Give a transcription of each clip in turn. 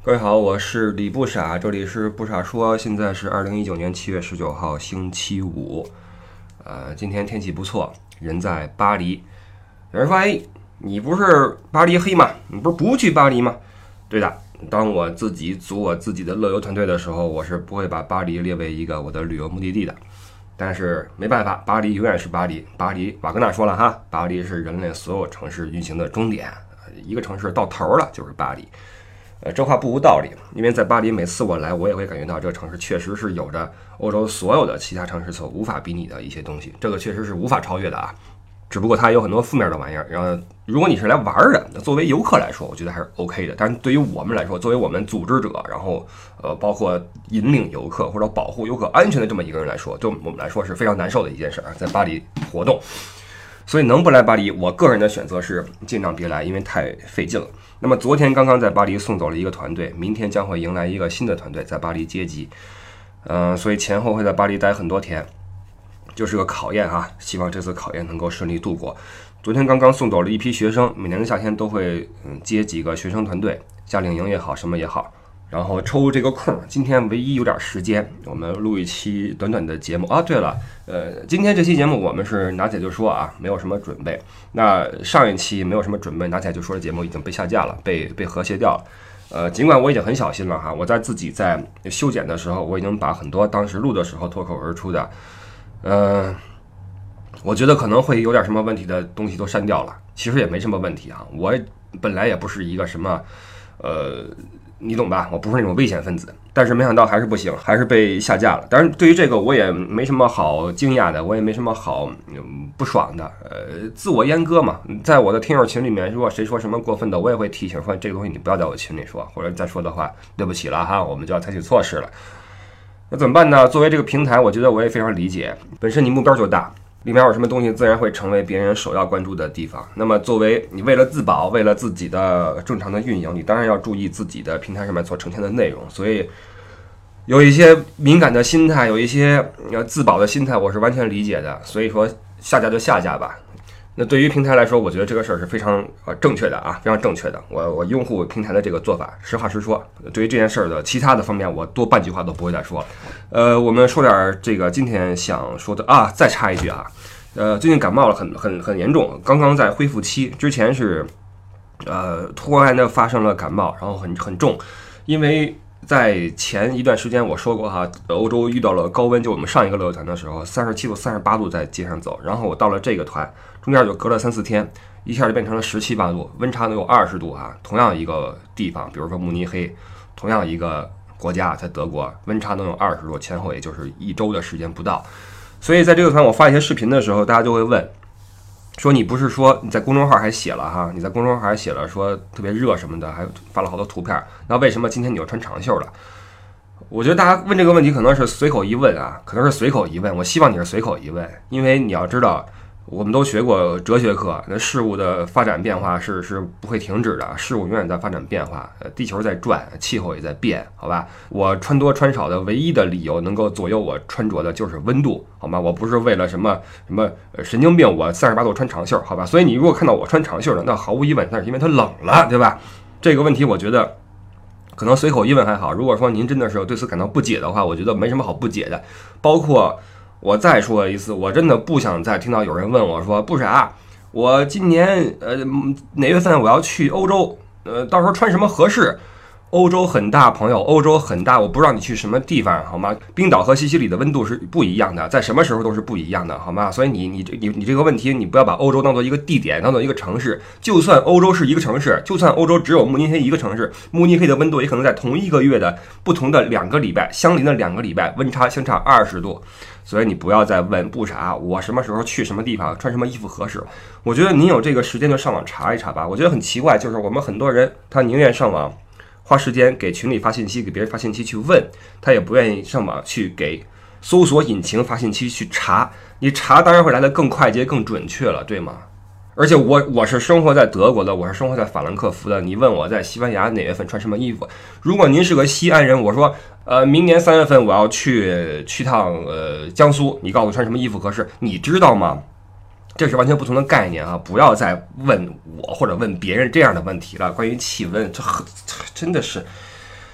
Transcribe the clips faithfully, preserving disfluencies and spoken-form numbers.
各位好，我是李不傻，这里是不傻说，现在是二零一九年七月十九号星期五，呃，今天天气不错，人在巴黎。有人说，哎，你不是巴黎黑吗？你不是不去巴黎吗？对的，当我自己组我自己的乐游团队的时候，我是不会把巴黎列为一个我的旅游目的地的。但是没办法，巴黎永远是巴黎。巴黎，瓦格纳说了哈，巴黎是人类所有城市运行的终点，一个城市到头了就是巴黎。呃，这话不无道理，因为在巴黎，每次我来，我也会感觉到这个城市确实是有着欧洲所有的其他城市所无法比拟的一些东西，这个确实是无法超越的啊。只不过它有很多负面的玩意儿，然后如果你是来玩的，作为游客来说，我觉得还是 OK 的。但是对于我们来说，作为我们组织者，然后呃，包括引领游客或者保护游客安全的这么一个人来说，对我们来说是非常难受的一件事儿，在巴黎活动。所以能不来巴黎，我个人的选择是尽量别来，因为太费劲了。那么昨天刚刚在巴黎送走了一个团队，明天将会迎来一个新的团队在巴黎接机，嗯、呃，所以前后会在巴黎待很多天，就是个考验哈。希望这次考验能够顺利度过。昨天刚刚送走了一批学生，每年的夏天都会嗯接几个学生团队，夏令营也好，什么也好。然后抽这个空，今天唯一有点时间，我们录一期短短的节目啊。对了，呃，今天这期节目我们是拿起来就说啊，没有什么准备。那上一期没有什么准备，拿起来就说的节目已经被下架了，被被和谐掉了。呃，尽管我已经很小心了哈，我在自己在修剪的时候，我已经把很多当时录的时候脱口而出的，呃，我觉得可能会有点什么问题的东西都删掉了。其实也没什么问题啊，我本来也不是一个什么，呃。你懂吧？我不是那种危险分子，但是没想到还是不行，还是被下架了。当然，对于这个我也没什么好惊讶的，我也没什么好、嗯、不爽的。呃，自我阉割嘛，在我的听友群里面，如果谁说什么过分的，我也会提醒说这个东西你不要在我群里说，或者再说的话，对不起了哈，我们就要采取措施了。那怎么办呢？作为这个平台，我觉得我也非常理解，本身你目标就大。里面有什么东西自然会成为别人首要关注的地方。那么作为你为了自保，为了自己的正常的运营，你当然要注意自己的平台上面所呈现的内容。所以有一些敏感的心态，有一些呃自保的心态，我是完全理解的。所以说下架就下架吧。那对于平台来说，我觉得这个事儿是非常呃正确的啊，非常正确的。我我拥护平台的这个做法，实话实说。对于这件事儿的其他的方面，我多半句话都不会再说了。呃，我们说点这个今天想说的啊，再插一句啊，呃，最近感冒了很很很严重，刚刚在恢复期，之前是呃突然的发生了感冒，然后很很重，因为。在前一段时间我说过哈，欧洲遇到了高温，就我们上一个乐游团的时候，三十七度、三十八度在街上走，然后我到了这个团，中间就隔了三四天，一下就变成了十七八度，温差能有二十度哈。同样一个地方，比如说慕尼黑，同样一个国家在德国，温差能有二十度，前后也就是一周的时间不到。所以在这个团我发一些视频的时候，大家就会问。说你不是说你在公众号还写了哈，你在公众号还写了说特别热什么的，还发了好多图片，那为什么今天你又穿长袖了？我觉得大家问这个问题可能是随口一问啊，可能是随口一问，我希望你是随口一问，因为你要知道，我们都学过哲学课，那事物的发展变化是是不会停止的，事物永远在发展变化，呃，地球在转，气候也在变，好吧？我穿多穿少的唯一的理由能够左右我穿着的就是温度，好吗？我不是为了什么什么神经病，我三十八度穿长袖，好吧？所以你如果看到我穿长袖的，那毫无疑问，那是因为它冷了，对吧？这个问题我觉得可能随口一问还好，如果说您真的是对此感到不解的话，我觉得没什么好不解的，包括。我再说一次，我真的不想再听到有人问我说不傻，我今年呃哪月份我要去欧洲，呃到时候穿什么合适？欧洲很大，朋友，欧洲很大，我不知道你去什么地方，好吗？冰岛和西西里的温度是不一样的，在什么时候都是不一样的，好吗？所以你你你你这个问题，你不要把欧洲当做一个地点，当做一个城市。就算欧洲是一个城市，就算欧洲只有慕尼黑一个城市，慕尼黑的温度也可能在同一个月的不同的两个礼拜，相邻的两个礼拜，温差相差二十度。所以你不要再问不傻，我什么时候去什么地方，穿什么衣服合适？我觉得您有这个时间就上网查一查吧。我觉得很奇怪，就是我们很多人他宁愿上网。花时间给群里发信息，给别人发信息去问，他也不愿意上网去给搜索引擎发信息去查。你查当然会来得更快捷、更准确了，对吗？而且我我是生活在德国的，我是生活在法兰克福的。你问我在西班牙哪月份穿什么衣服？如果您是个西安人，我说呃明年三月份我要去去趟呃江苏，你告诉我穿什么衣服合适？你知道吗？这是完全不同的概念啊！不要再问我或者问别人这样的问题了。关于气温，这真的是，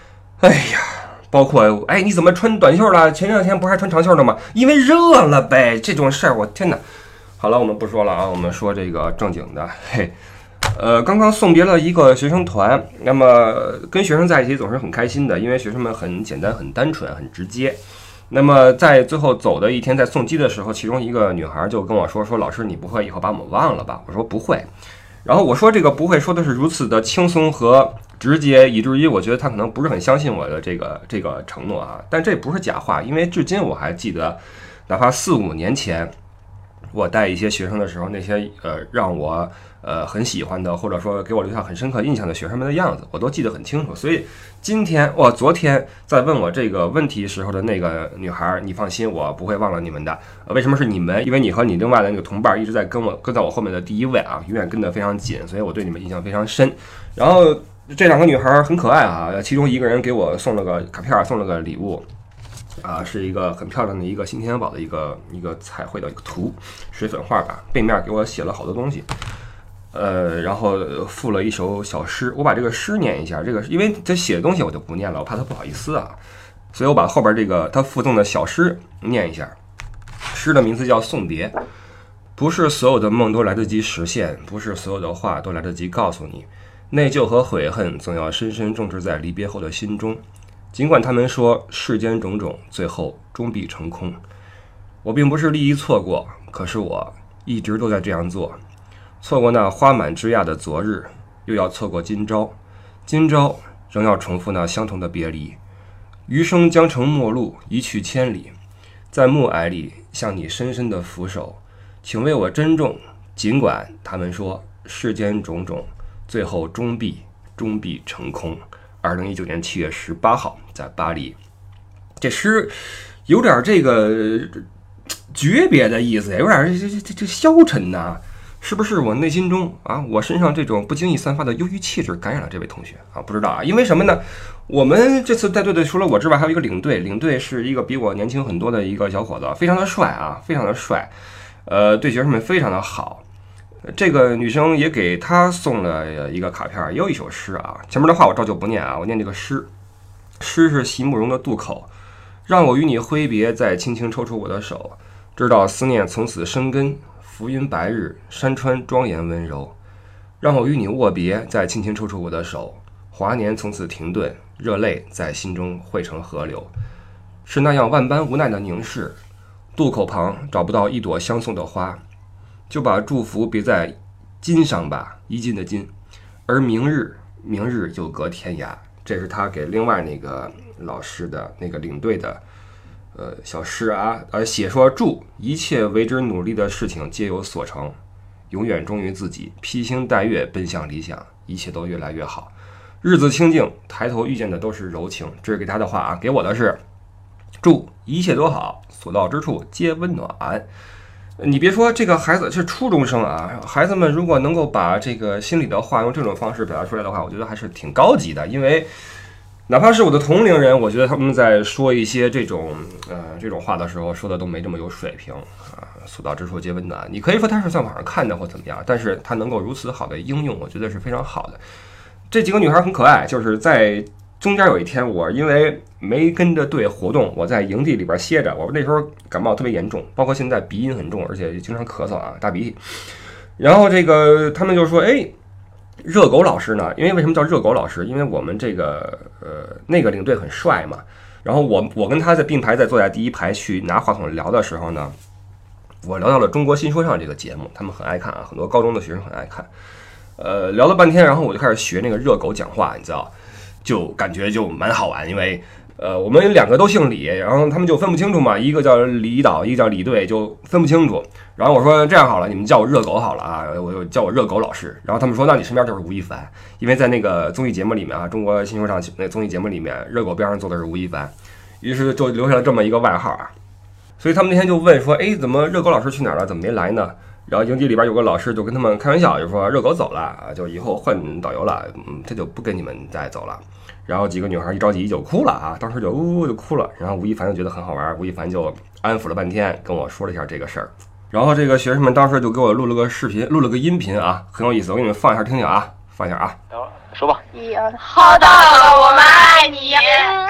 哎呀，包括哎，你怎么穿短袖了？前两天不是还穿长袖的吗？因为热了呗，这种事儿，我天哪！好了，我们不说了啊，我们说这个正经的。嘿，呃，刚刚送别了一个学生团，那么跟学生在一起总是很开心的，因为学生们很简单、很单纯、很直接。那么在最后走的一天，在送机的时候，其中一个女孩就跟我说：“说老师，你不会以后把我们忘了吧？”我说不会。然后我说这个不会说的是如此的轻松和直接，以至于我觉得他可能不是很相信我的这个这个承诺啊。但这不是假话，因为至今我还记得，哪怕四五年前我带一些学生的时候，那些呃让我呃很喜欢的，或者说给我留下很深刻印象的学生们的样子，我都记得很清楚。所以今天我昨天在问我这个问题时候的那个女孩，你放心，我不会忘了你们的。呃、为什么是你们？因为你和你另外的那个同伴一直在跟我跟在我后面的第一位啊，永远跟得非常紧，所以我对你们印象非常深。然后这两个女孩很可爱啊，其中一个人给我送了个卡片，送了个礼物。啊，是一个很漂亮的一个新天鹅堡的一个一个彩绘的一个图，水粉画吧，背面给我写了好多东西，呃，然后附了一首小诗，我把这个诗念一下，这个因为他写的东西我就不念了，我怕他不好意思啊，所以我把后边这个他附赠的小诗念一下。诗的名字叫《送别》，不是所有的梦都来得及实现，不是所有的话都来得及告诉你，内疚和悔恨总要深深种植在离别后的心中。尽管他们说世间种种最后终必成空，我并不是利益错过，可是我一直都在这样做，错过那花满枝桠的昨日，又要错过今朝，今朝仍要重复那相同的别离，余生将成陌路，一去千里，在暮霭里向你深深的俯首，请为我珍重，尽管他们说世间种种最后终必终必成空。二零一九年七月十八号，在巴黎。这诗有点这个诀别的意思，有点这这这这消沉呐、啊，是不是我内心中啊，我身上这种不经意散发的忧郁气质感染了这位同学啊？不知道啊，因为什么呢？我们这次带队的除了我之外，还有一个领队，领队是一个比我年轻很多的一个小伙子，非常的帅啊，非常的帅，呃，对学生们非常的好。这个女生也给他送了一个卡片，也有一首诗啊。前面的话我照旧不念啊，我念这个诗。诗是席慕容的渡口，让我与你挥别，再轻轻抽出我的手，直到思念从此生根。浮云白日，山川庄严温柔。让我与你握别，再轻轻抽出我的手，华年从此停顿，热泪在心中汇成河流。是那样万般无奈的凝视，渡口旁找不到一朵相送的花。就把祝福别在襟上吧，衣襟的襟，而明日，明日就隔天涯。这是他给另外那个老师的那个领队的，呃，小诗啊，呃，写说祝一切为之努力的事情皆有所成，永远忠于自己，披星戴月奔向理想，一切都越来越好。日子清静，抬头遇见的都是柔情。这是给他的话啊，给我的是祝一切都好，所到之处皆温暖。你别说这个孩子是初中生啊，孩子们如果能够把这个心里的话用这种方式表达出来的话，我觉得还是挺高级的。因为哪怕是我的同龄人，我觉得他们在说一些这种呃这种话的时候，说的都没这么有水平啊。所到之处皆温暖，你可以说他是在网上看的或怎么样，但是他能够如此好的应用，我觉得是非常好的。这几个女孩很可爱，就是在中间有一天，我因为没跟着队活动，我在营地里边歇着。我那时候感冒特别严重，包括现在鼻音很重，而且经常咳嗽啊，大鼻涕。然后这个他们就说：“哎，热狗老师呢？因为为什么叫热狗老师？因为我们这个呃那个领队很帅嘛。然后我我跟他在并排在坐在第一排去拿话筒聊的时候呢，我聊到了《中国新说唱》这个节目，他们很爱看啊，很多高中的学生很爱看。呃，聊了半天，然后我就开始学那个热狗讲话，你知道。”就感觉就蛮好玩，因为呃我们两个都姓李，然后他们就分不清楚嘛，一个叫李导，一个叫李队，就分不清楚。然后我说这样好了，你们叫我热狗好了啊，我就叫我热狗老师。然后他们说那你身边就是吴亦凡，因为在那个综艺节目里面啊，中国新说唱那综艺节目里面，热狗边上坐的是吴亦凡，于是就留下了这么一个外号啊。所以他们那天就问说，哎，怎么热狗老师去哪儿了？怎么没来呢？然后营地里边有个老师就跟他们开玩笑，就说热狗走了，就以后换导游了，嗯，他就不跟你们再走了。然后几个女孩一着急就哭了啊，当时就呜呜就哭了。然后吴亦凡就觉得很好玩，吴亦凡就安抚了半天，跟我说了一下这个事儿。然后这个学生们当时就给我录了个视频，录了个音频啊，很有意思，我给你们放一下听听啊，放一下啊。 说吧。 一二，好的，我们爱你。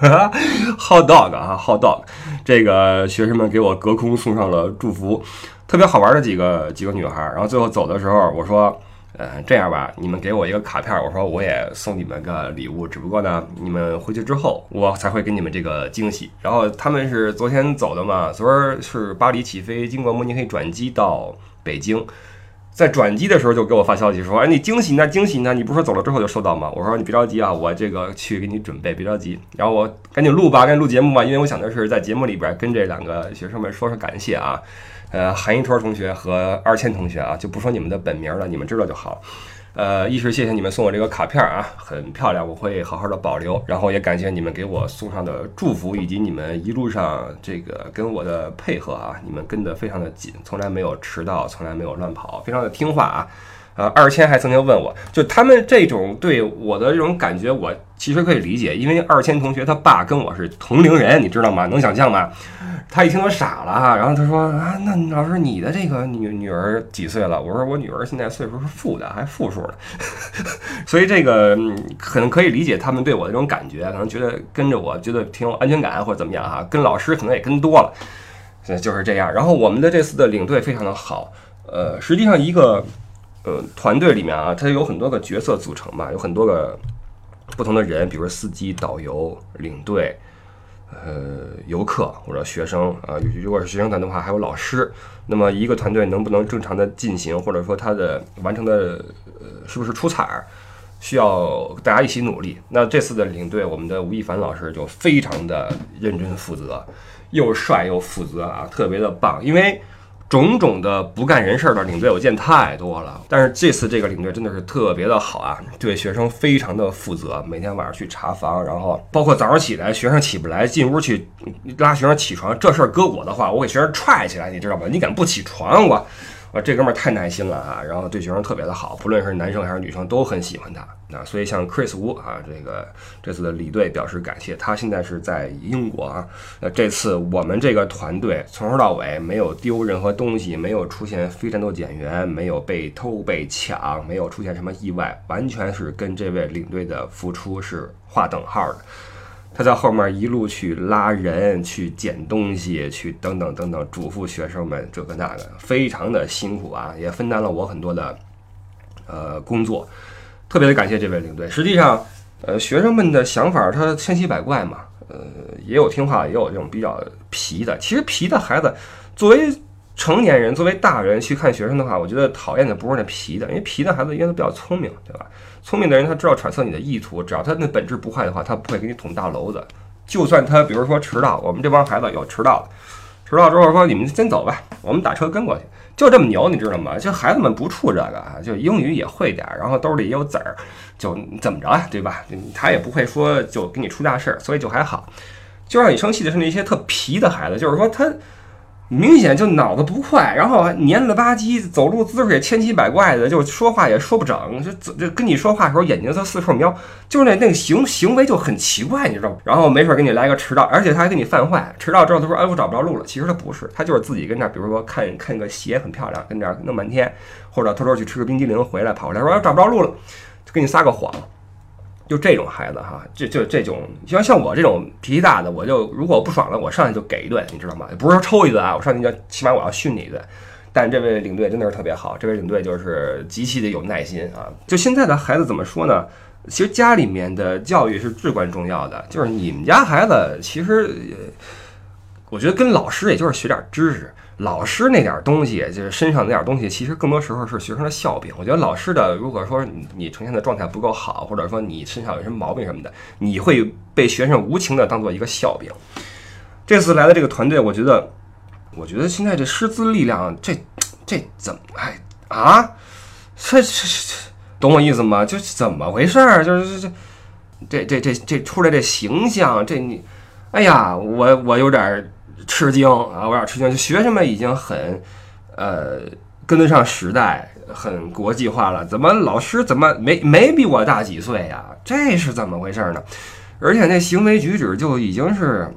hot dog 啊 hot dog， 这个学生们给我隔空送上了祝福，特别好玩的几个几个女孩。然后最后走的时候，我说，呃，这样吧，你们给我一个卡片，我说我也送你们个礼物，只不过呢，你们回去之后我才会给你们这个惊喜。然后他们是昨天走的嘛，昨儿是巴黎起飞，经过慕尼黑转机到北京。在转机的时候就给我发消息说，哎，你惊喜呢？惊喜呢？你不是说走了之后就收到吗？我说你别着急啊，我这个去给你准备，别着急。然后我赶紧录吧，赶紧录节目吧，因为我想的是在节目里边跟这两个学生们说说感谢啊，呃，韩一川同学和二千同学啊，就不说你们的本名了，你们知道就好。呃，一是谢谢你们送我这个卡片啊，很漂亮，我会好好的保留。然后也感谢你们给我送上的祝福，以及你们一路上这个跟我的配合啊，你们跟得非常的紧，从来没有迟到，从来没有乱跑，非常的听话啊。呃，二千还曾经问我，就他们这种对我的这种感觉，我其实可以理解，因为二千同学他爸跟我是同龄人，你知道吗？能想象吗？他一听都傻了哈，然后他说啊，那老师你的这个女女儿几岁了？我说我女儿现在岁数是负的，还负数的，所以这个可能可以理解他们对我的这种感觉，可能觉得跟着我觉得挺有安全感或者怎么样哈，跟老师可能也跟多了，就是这样。然后我们的这次的领队非常的好，呃，实际上一个。呃，团队里面啊，它有很多个角色组成嘛，有很多个不同的人，比如司机、导游、领队、呃游客或者学生啊、呃。如果是学生团的话，还有老师。那么一个团队能不能正常的进行，或者说它的完成的呃是不是出彩，需要大家一起努力。那这次的领队，我们的吴亦凡老师就非常的认真负责，又帅又负责啊，特别的棒，因为。种种的不干人事的领队我见太多了，但是这次这个领队真的是特别的好啊，对学生非常的负责，每天晚上去查房，然后包括早上起来学生起不来进屋去拉学生起床，这事儿搁我的话我给学生踹起来，你知道吗？你敢不起床我我这哥们儿太耐心了啊，然后对学生特别的好，不论是男生还是女生都很喜欢他啊，所以像 Chris Wu 啊，这个这次的领队表示感谢，他现在是在英国啊，呃，这次我们这个团队从头到尾没有丢任何东西，没有出现非战斗减员，没有被偷被抢，没有出现什么意外，完全是跟这位领队的付出是划等号的。他在后面一路去拉人，去捡东西，去等等等等，嘱咐学生们这个那个，非常的辛苦啊，也分担了我很多的呃工作，特别的感谢这位领队。实际上，呃，学生们的想法他千奇百怪嘛，呃，也有听话，也有这种比较皮的。其实皮的孩子，作为成年人，作为大人去看学生的话，我觉得讨厌的不是那皮的，因为皮的孩子应该都比较聪明，对吧？聪明的人他知道揣测你的意图，只要他那本质不坏的话，他不会给你捅大娄子。就算他比如说迟到，我们这帮孩子有迟到的，迟到之后说你们先走吧，我们打车跟过去，就这么牛，你知道吗？就孩子们不怵这个啊，就英语也会点，然后兜里也有籽儿，就怎么着啊，对吧？他也不会说就给你出大事儿，所以就还好。就让你生气的是那些特皮的孩子，就是说他。明显就脑子不快，然后黏了吧唧，走路姿势也千奇百怪的，就说话也说不整，就就跟你说话的时候眼睛在四处瞄，就是那那个行行为就很奇怪，你知道吗？然后没事给你来个迟到，而且他还给你犯坏，迟到之后他说哎我找不着路了，其实他不是，他就是自己跟那比如说看看个鞋很漂亮，跟那弄半天，或者偷偷去吃个冰激凌回来跑回来说哎找不着路了，就给你撒个谎。就这种孩子哈，就就这种，像像我这种脾气大的，我就如果我不爽了，我上去就给一顿，你知道吗？不是说抽一顿啊，我上去就起码我要训你一顿。但这位领队真的是特别好，这位领队就是极其的有耐心啊。就现在的孩子怎么说呢？其实家里面的教育是至关重要的，就是你们家孩子其实，我觉得跟老师也就是学点知识。老师那点东西，就是身上那点东西，其实更多时候是学生的笑柄。我觉得老师的，如果说你你呈现的状态不够好，或者说你身上有什么毛病什么的，你会被学生无情的当做一个笑柄。这次来的这个团队，我觉得，我觉得现在这师资力量，这这怎么哎啊？这这这，懂我意思吗？就怎么回事儿？就是这这这这这出来这形象，这你，哎呀，我我有点。吃惊啊！我有点吃惊，就学生们已经很，呃，跟得上时代，很国际化了。怎么老师怎么没没比我大几岁呀？这是怎么回事呢？而且那行为举止就已经是，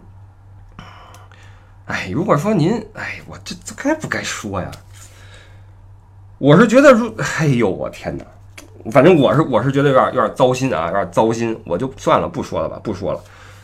哎，如果说您，哎，我这这该不该说呀？我是觉得，如，哎呦，我天哪！反正我是我是觉得有点有点糟心啊，有点糟心。我就算了，不说了吧，不说了。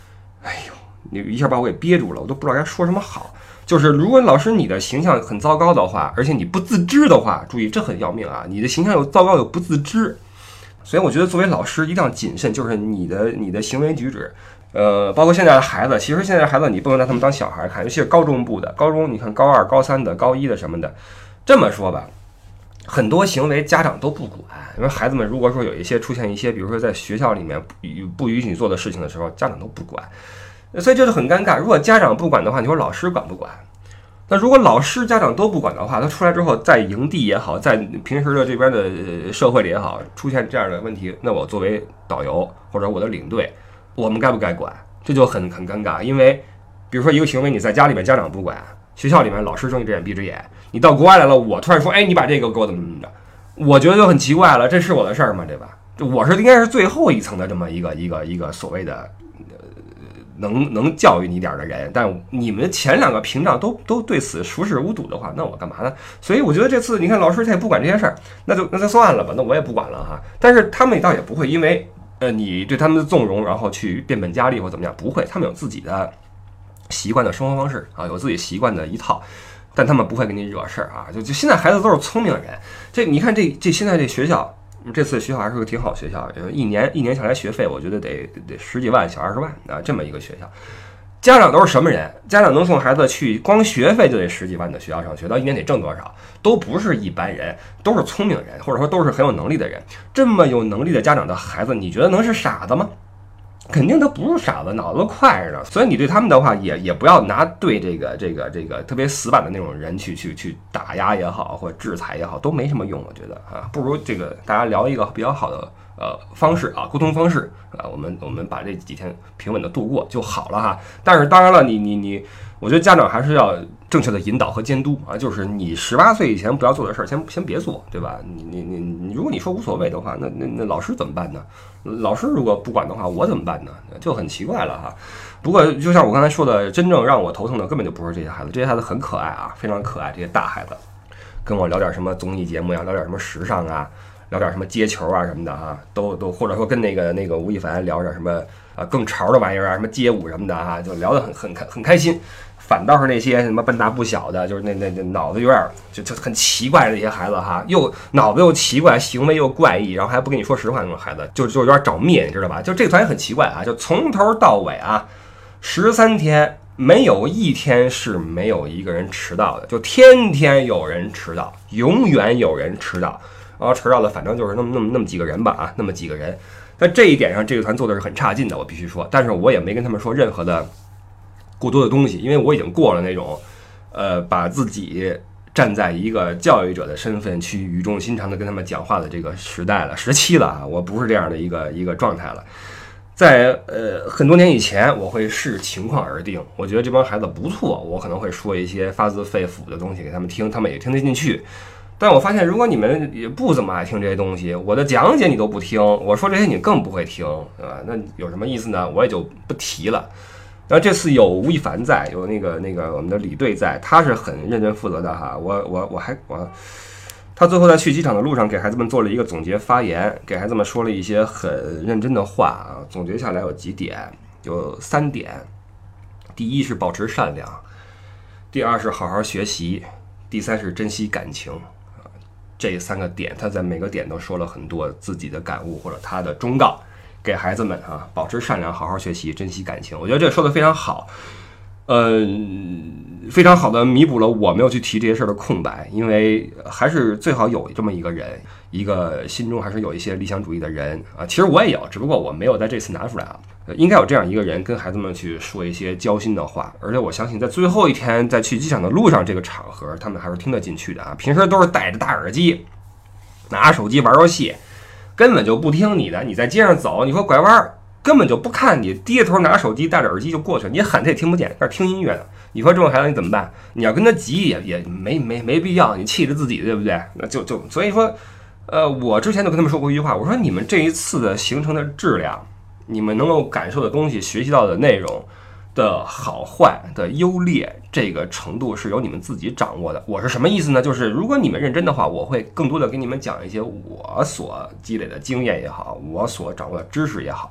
哎呦，你一下把我给憋住了，我都不知道该说什么好。就是如果老师你的形象很糟糕的话，而且你不自知的话，注意这很要命啊！你的形象又糟糕又不自知，所以我觉得作为老师一定要谨慎，就是你的你的行为举止，呃，包括现在的孩子，其实现在的孩子你不能拿他们当小孩看，尤其是高中部的，高中你看高二、高三的、高一的什么的，这么说吧。很多行为家长都不管，因为孩子们如果说有一些出现一些，比如说在学校里面不允许做的事情的时候，家长都不管，所以这就很尴尬。如果家长不管的话，你说老师管不管？那如果老师、家长都不管的话，他出来之后，在营地也好，在平时的这边的社会里也好，出现这样的问题，那我作为导游或者我的领队，我们该不该管？这就很很尴尬，因为比如说一个行为，你在家里面家长不管。学校里面老师睁一只眼闭一只眼，你到国外来了，我突然说，哎，你把这个给我怎么怎么着，我觉得就很奇怪了，这是我的事儿吗？对吧？我是应该是最后一层的这么一个一个一个所谓的呃能能教育你点的人，但你们前两个屏障都都对此熟视无睹的话，那我干嘛呢？所以我觉得这次你看老师他也不管这些事儿，那就那就算了吧，那我也不管了哈。但是他们倒也不会因为呃你对他们的纵容，然后去变本加厉或怎么样，不会，他们有自己的习惯的生活方式啊，有自己习惯的一套，但他们不会给你惹事儿啊。就就现在孩子都是聪明人，这你看这这现在这学校，这次学校还是个挺好学校，一年一年下来学费我觉得得得十几万小二十万啊，这么一个学校。家长都是什么人？家长能送孩子去，光学费就得十几万的学校上学，到一年得挣多少？都不是一般人，都是聪明人，或者说都是很有能力的人。这么有能力的家长的孩子，你觉得能是傻子吗？肯定他不是傻子，脑子快着呢。所以你对他们的话也也不要拿对这个这个这个特别死板的那种人去去去打压也好，或者制裁也好，都没什么用。我觉得啊，不如这个大家聊一个比较好的呃方式啊，沟通方式啊，我们我们把这几天平稳的度过就好了哈。但是当然了，你你你，我觉得家长还是要正确的引导和监督啊，就是你十八岁以前不要做的事儿，先先别做，对吧？你你你你，如果你说无所谓的话，那那那老师怎么办呢？老师如果不管的话，我怎么办呢？就很奇怪了哈。不过就像我刚才说的，真正让我头疼的根本就不是这些孩子，这些孩子很可爱啊，非常可爱。这些大孩子跟我聊点什么综艺节目呀，聊点什么时尚啊，聊点什么接球啊什么的哈，都都或者说跟那个那个吴亦凡聊点什么啊更潮的玩意儿啊，什么街舞什么的哈，就聊得很很开很开心。反倒是那些什么笨大不小的，就是那那那脑子有点就就很奇怪的那些孩子哈，又脑子又奇怪，行为又怪异，然后还不跟你说实话那种孩子，就就有点找灭，你知道吧？就这个团也很奇怪啊，就从头到尾啊，十三天没有一天是没有一个人迟到的，就天天有人迟到，永远有人迟到，然后迟到了，反正就是那么那么那么几个人吧啊，那么几个人，在这一点上，这个团做的是很差劲的，我必须说，但是我也没跟他们说任何的过多的东西，因为我已经过了那种，呃，把自己站在一个教育者的身份去语重心长的跟他们讲话的这个时代了，时期了啊，我不是这样的一个一个状态了。在呃很多年以前，我会视情况而定，我觉得这帮孩子不错，我可能会说一些发自肺腑的东西给他们听，他们也听得进去。但我发现，如果你们也不怎么爱听这些东西，我的讲解你都不听，我说这些你更不会听，对吧？那有什么意思呢？我也就不提了。然后这次有吴亦凡在，有那个那个我们的李队在，他是很认真负责的哈。我我我还我，他最后在去机场的路上给孩子们做了一个总结发言，给孩子们说了一些很认真的话啊。总结下来有几点，有三点：第一是保持善良，第二是好好学习，第三是珍惜感情。这三个点，他在每个点都说了很多自己的感悟或者他的忠告。给孩子们啊，保持善良，好好学习，珍惜感情。我觉得这说的非常好，呃，非常好的弥补了我没有去提这些事儿的空白。因为还是最好有这么一个人，一个心中还是有一些理想主义的人啊。其实我也有，只不过我没有在这次拿出来啊。应该有这样一个人跟孩子们去说一些交心的话，而且我相信在最后一天在去机场的路上这个场合，他们还是听得进去的啊。平时都是戴着大耳机，拿手机玩游戏。根本就不听你的，你在街上走，你说拐弯，根本就不看你，低着头拿手机，戴着耳机就过去了，你喊他也听不见，那是听音乐的。你说这种孩子你怎么办？你要跟他急也也没没没必要，你气着自己，对不对？那就就所以说，呃，我之前就跟他们说过一句话，我说你们这一次的行程的质量，你们能够感受的东西，学习到的内容的好坏的优劣，这个程度是由你们自己掌握的。我是什么意思呢？就是如果你们认真的话，我会更多的给你们讲一些我所积累的经验也好，我所掌握的知识也好，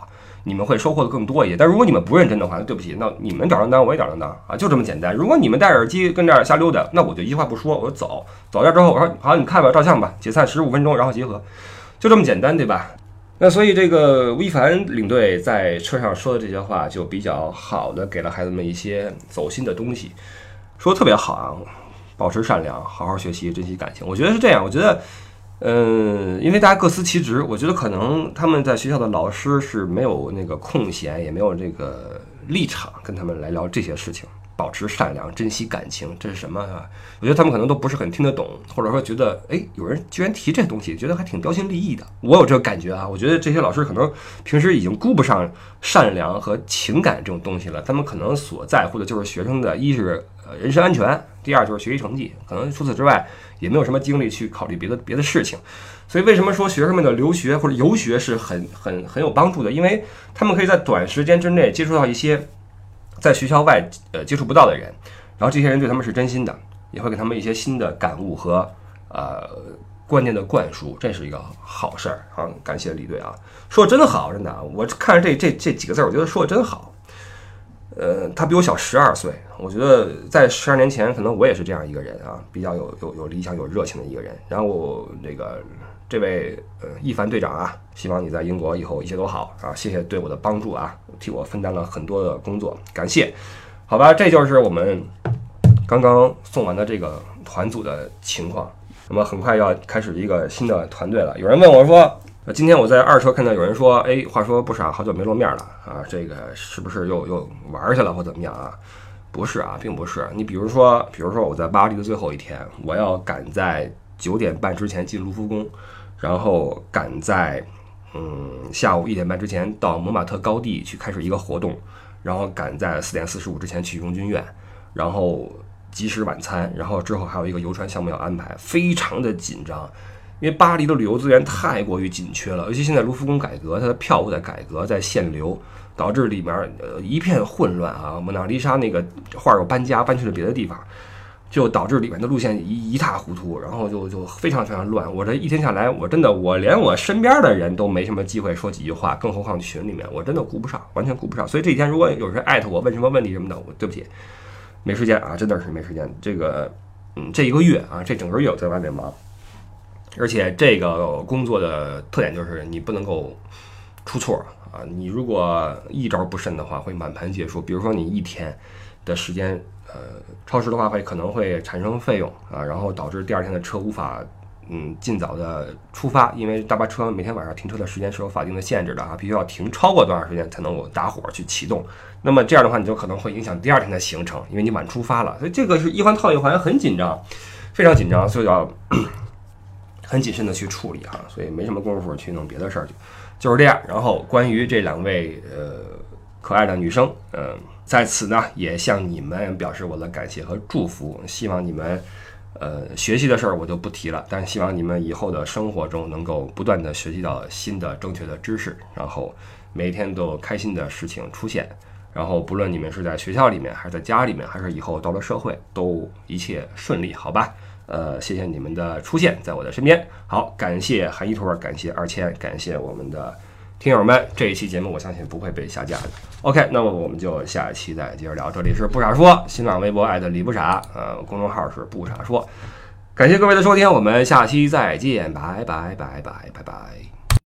你们会收获的更多一些。但如果你们不认真的话，那对不起，那你们找上当，我也找上当啊，就这么简单。如果你们戴耳机跟这儿瞎溜达，那我就一句话不说，我就走。走这之后，我说好，你看吧，照相吧，解散十五分钟，然后集合，就这么简单，对吧？那所以这个吴亦凡领队在车上说的这些话，就比较好的给了孩子们一些走心的东西，说的特别好啊，保持善良，好好学习，珍惜感情。我觉得是这样，我觉得。嗯，因为大家各司其职，我觉得可能他们在学校的老师是没有那个空闲，也没有这个立场跟他们来聊这些事情。保持善良，珍惜感情，这是什么啊？我觉得他们可能都不是很听得懂，或者说觉得，哎，有人居然提这东西，觉得还挺标新立异的。我有这个感觉啊，我觉得这些老师可能平时已经顾不上善良和情感这种东西了，他们可能所在乎的就是学生的，一是呃人身安全，第二就是学习成绩，可能除此之外也没有什么精力去考虑别的别的事情。所以为什么说学生们的留学或者游学是很很很有帮助的？因为他们可以在短时间之内接触到一些在学校外呃接触不到的人，然后这些人对他们是真心的，也会给他们一些新的感悟和呃观念的灌输，这是一个好事儿啊！感谢李队啊，说的真好，真的啊！我看着这这这几个字，我觉得说的真好。呃，他比我小十二岁，我觉得在十二年前，可能我也是这样一个人啊，比较有有有理想、有热情的一个人。然后我这个这位呃亦凡队长啊，希望你在英国以后一切都好啊！谢谢对我的帮助啊，替我分担了很多的工作，感谢。好吧，这就是我们刚刚送完的这个团组的情况。那么很快要开始一个新的团队了。有人问我说，今天我在二车看到有人说，哎，话说不傻，好久没露面了啊，这个是不是又又玩去了或怎么样啊？不是啊，并不是。你比如说，比如说我在巴黎的最后一天，我要赶在九点半之前进卢浮宫，然后赶在嗯下午一点半之前到蒙马特高地去开始一个活动，然后赶在四点四十五之前去荣军院，然后及时晚餐，然后之后还有一个游船项目要安排，非常的紧张。因为巴黎的旅游资源太过于紧缺了，尤其现在卢浮宫改革，它的票务在改革，在限流，导致里面呃一片混乱啊。蒙娜丽莎那个画又搬家搬去了别的地方，就导致里面的路线一一塌糊涂，然后就就非常非常乱。我这一天下来，我真的我连我身边的人都没什么机会说几句话，更何况群里面，我真的顾不上，完全顾不上。所以这几天如果有人艾特我问什么问题什么的，我对不起，没时间啊，真的是没时间。这个嗯这一个月啊，这整个月我在外面忙。而且这个工作的特点就是你不能够出错啊！你如果一招不慎的话，会满盘皆输。比如说你一天的时间，呃，超时的话会可能会产生费用啊，然后导致第二天的车无法嗯尽早的出发，因为大巴车每天晚上停车的时间是有法定的限制的啊，必须要停超过多长时间才能够打火去启动。那么这样的话，你就可能会影响第二天的行程，因为你晚出发了。所以这个是一环套一环，很紧张，非常紧张，所以要很谨慎的去处理哈，所以没什么功夫去弄别的事儿去，就是这样。然后关于这两位呃可爱的女生，嗯、呃，在此呢也向你们表示我的感谢和祝福，希望你们呃学习的事儿我就不提了，但是希望你们以后的生活中能够不断的学习到新的正确的知识，然后每天都有开心的事情出现，然后不论你们是在学校里面还是在家里面，还是以后到了社会，都一切顺利，好吧？呃，谢谢你们的出现在我的身边。好，感谢韩一坨，感谢二千，感谢我们的听友们。这一期节目我相信不会被下架的。OK， 那么我们就下一期再接着聊。这里是不傻说，新浪微博艾特李不傻，呃，公众号是不傻说。感谢各位的收听，我们下期再见，拜拜拜拜拜拜。